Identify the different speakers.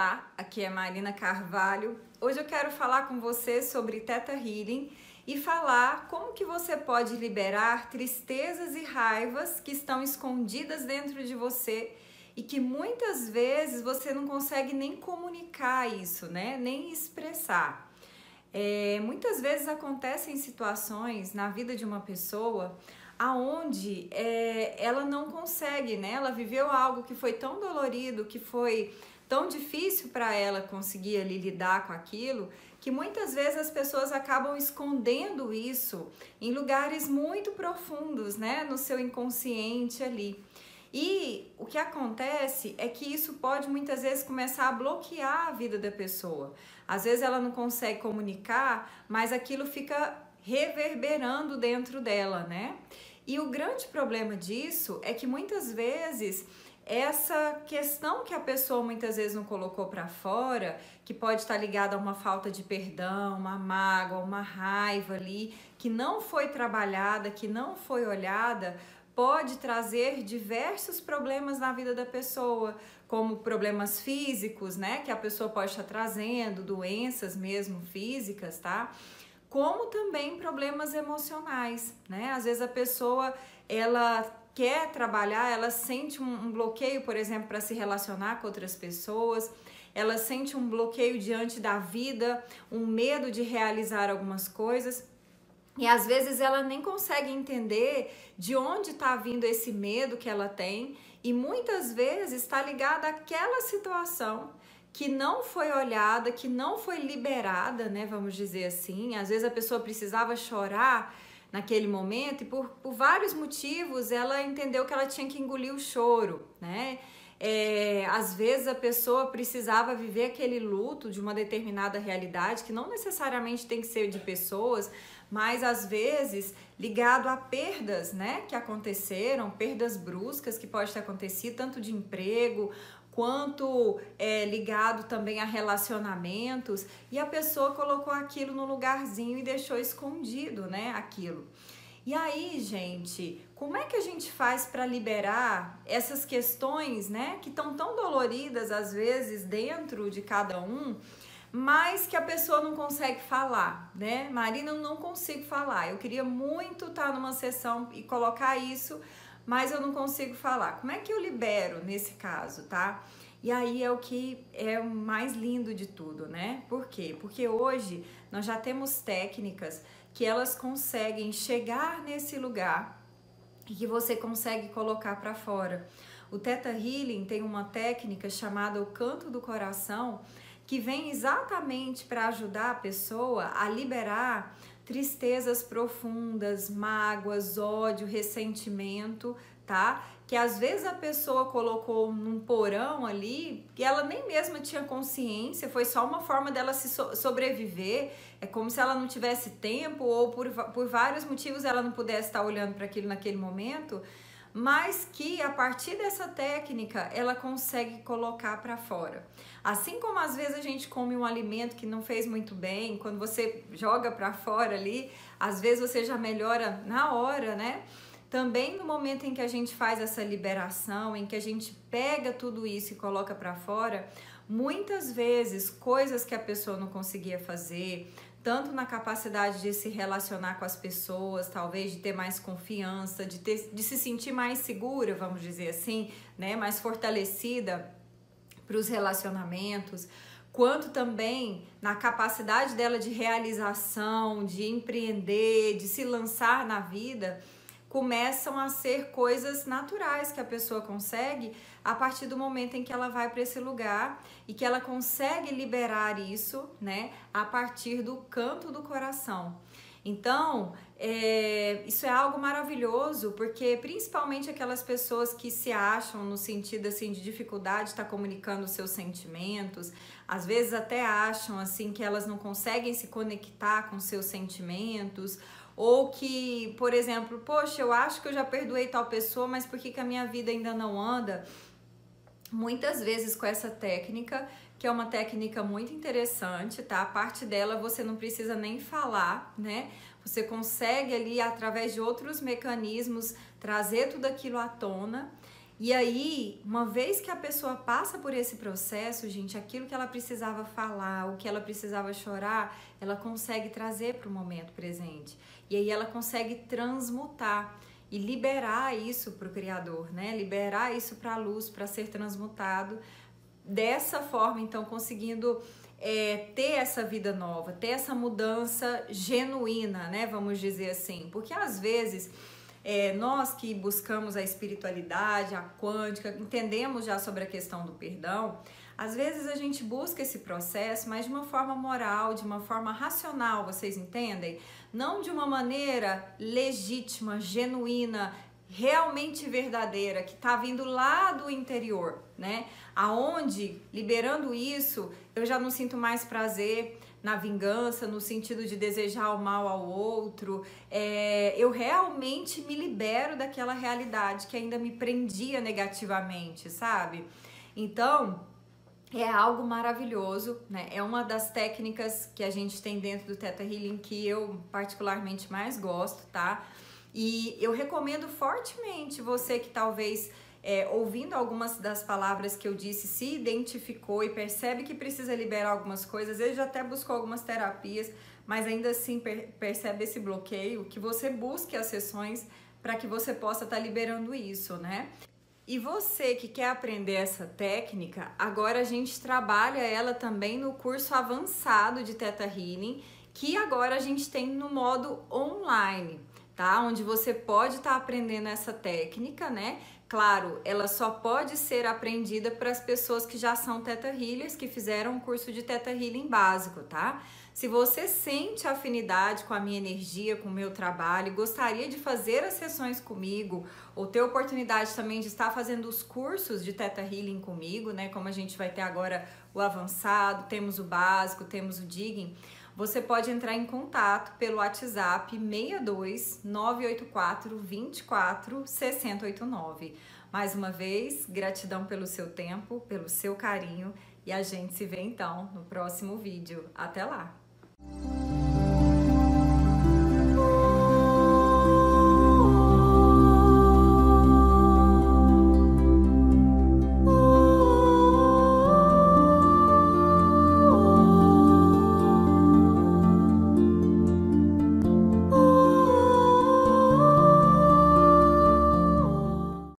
Speaker 1: Olá, aqui é Marina Carvalho. Hoje eu quero falar com você sobre Theta Healing e falar como que você pode liberar tristezas e raivas que estão escondidas dentro de você e que muitas vezes você não consegue nem comunicar isso, né? Nem expressar. Muitas vezes acontecem situações na vida de uma pessoa aonde ela não consegue, né? Ela viveu algo que foi tão dolorido, que foi tão difícil para ela conseguir ali lidar com aquilo, que muitas vezes as pessoas acabam escondendo isso em lugares muito profundos, né? No seu inconsciente ali. E o que acontece é que isso pode muitas vezes começar a bloquear a vida da pessoa. Às vezes ela não consegue comunicar, mas aquilo fica reverberando dentro dela, né? E o grande problema disso é que muitas vezes essa questão que a pessoa muitas vezes não colocou para fora, que pode estar ligada a uma falta de perdão, uma mágoa, uma raiva ali, que não foi trabalhada, que não foi olhada, pode trazer diversos problemas na vida da pessoa, como problemas físicos, né, que a pessoa pode estar trazendo, doenças mesmo físicas, tá? Como também problemas emocionais, né? Às vezes a pessoa, ela quer trabalhar, ela sente um bloqueio, por exemplo, para se relacionar com outras pessoas, ela sente um bloqueio diante da vida, um medo de realizar algumas coisas. E às vezes ela nem consegue entender de onde está vindo esse medo que ela tem, e muitas vezes está ligada àquela situação que não foi olhada, que não foi liberada, né? Vamos dizer assim. Às vezes a pessoa precisava chorar naquele momento e por vários motivos ela entendeu que ela tinha que engolir o choro, né? Às vezes a pessoa precisava viver aquele luto de uma determinada realidade, que não necessariamente tem que ser de pessoas, mas às vezes ligado a perdas, né, que aconteceram, perdas bruscas que pode ter acontecido, tanto de emprego, quanto ligado também a relacionamentos, e a pessoa colocou aquilo no lugarzinho e deixou escondido, né, aquilo. E aí, gente, como é que a gente faz para liberar essas questões, né, que estão tão doloridas às vezes dentro de cada um, mas que a pessoa não consegue falar, né? Marina, eu não consigo falar. Eu queria muito estar numa sessão e colocar isso, mas eu não consigo falar. Como é que eu libero nesse caso, tá? E aí é o que é o mais lindo de tudo, né? Por quê? Porque hoje nós já temos técnicas que elas conseguem chegar nesse lugar e que você consegue colocar para fora. O Theta Healing tem uma técnica chamada o canto do coração, que vem exatamente para ajudar a pessoa a liberar tristezas profundas, mágoas, ódio, ressentimento, tá? Que às vezes a pessoa colocou num porão ali, que ela nem mesma tinha consciência, foi só uma forma dela se sobreviver, é como se ela não tivesse tempo ou por vários motivos ela não pudesse estar olhando para aquilo naquele momento, mas que a partir dessa técnica ela consegue colocar para fora. Assim como às vezes a gente come um alimento que não fez muito bem, quando você joga para fora ali, às vezes você já melhora na hora, né? Também no momento em que a gente faz essa liberação, em que a gente pega tudo isso e coloca para fora, muitas vezes coisas que a pessoa não conseguia fazer, tanto na capacidade de se relacionar com as pessoas, talvez de ter mais confiança, de se sentir mais segura, vamos dizer assim, né, mais fortalecida para os relacionamentos, quanto também na capacidade dela de realização, de empreender, de se lançar na vida, começam a ser coisas naturais que a pessoa consegue a partir do momento em que ela vai para esse lugar e que ela consegue liberar isso, né, a partir do canto do coração. Então, isso é algo maravilhoso, porque principalmente aquelas pessoas que se acham no sentido assim de dificuldade de estar comunicando os seus sentimentos, às vezes até acham assim que elas não conseguem se conectar com seus sentimentos, ou que, por exemplo, poxa, eu acho que eu já perdoei tal pessoa, mas por que a minha vida ainda não anda? Muitas vezes com essa técnica, que é uma técnica muito interessante, tá? A parte dela você não precisa nem falar, né? Você consegue ali, através de outros mecanismos, trazer tudo aquilo à tona E aí, uma vez que a pessoa passa por esse processo, gente, aquilo que ela precisava falar, o que ela precisava chorar, ela consegue trazer para o momento presente. E aí ela consegue transmutar e liberar isso para o Criador, né? Liberar isso para a luz, para ser transmutado. Dessa forma, então, conseguindo ter essa vida nova, ter essa mudança genuína, né? Vamos dizer assim. Porque às vezes nós que buscamos a espiritualidade, a quântica, entendemos já sobre a questão do perdão, às vezes a gente busca esse processo, mas de uma forma moral, de uma forma racional, vocês entendem? Não de uma maneira legítima, genuína, realmente verdadeira, que está vindo lá do interior, né? Aonde, liberando isso, eu já não sinto mais prazer na vingança, no sentido de desejar o mal ao outro, eu realmente me libero daquela realidade que ainda me prendia negativamente, sabe? Então, é algo maravilhoso, né? É uma das técnicas que a gente tem dentro do Theta Healing que eu particularmente mais gosto, tá? E eu recomendo fortemente você que talvez ouvindo algumas das palavras que eu disse, se identificou e percebe que precisa liberar algumas coisas, ele já até buscou algumas terapias, mas ainda assim percebe esse bloqueio, que você busque as sessões para que você possa estar liberando isso, né? E você que quer aprender essa técnica, agora a gente trabalha ela também no curso avançado de Theta Healing, que agora a gente tem no modo online, tá? Onde você pode estar aprendendo essa técnica, né? Claro, ela só pode ser aprendida para as pessoas que já são Theta Healers, que fizeram o curso de Theta Healing básico, tá? Se você sente afinidade com a minha energia, com o meu trabalho, gostaria de fazer as sessões comigo, ou ter oportunidade também de estar fazendo os cursos de Theta Healing comigo, né? Como a gente vai ter agora o avançado, temos o básico, temos o Digging, você pode entrar em contato pelo WhatsApp 62 984 24 6089. Mais uma vez, gratidão pelo seu tempo, pelo seu carinho e a gente se vê então no próximo vídeo. Até lá!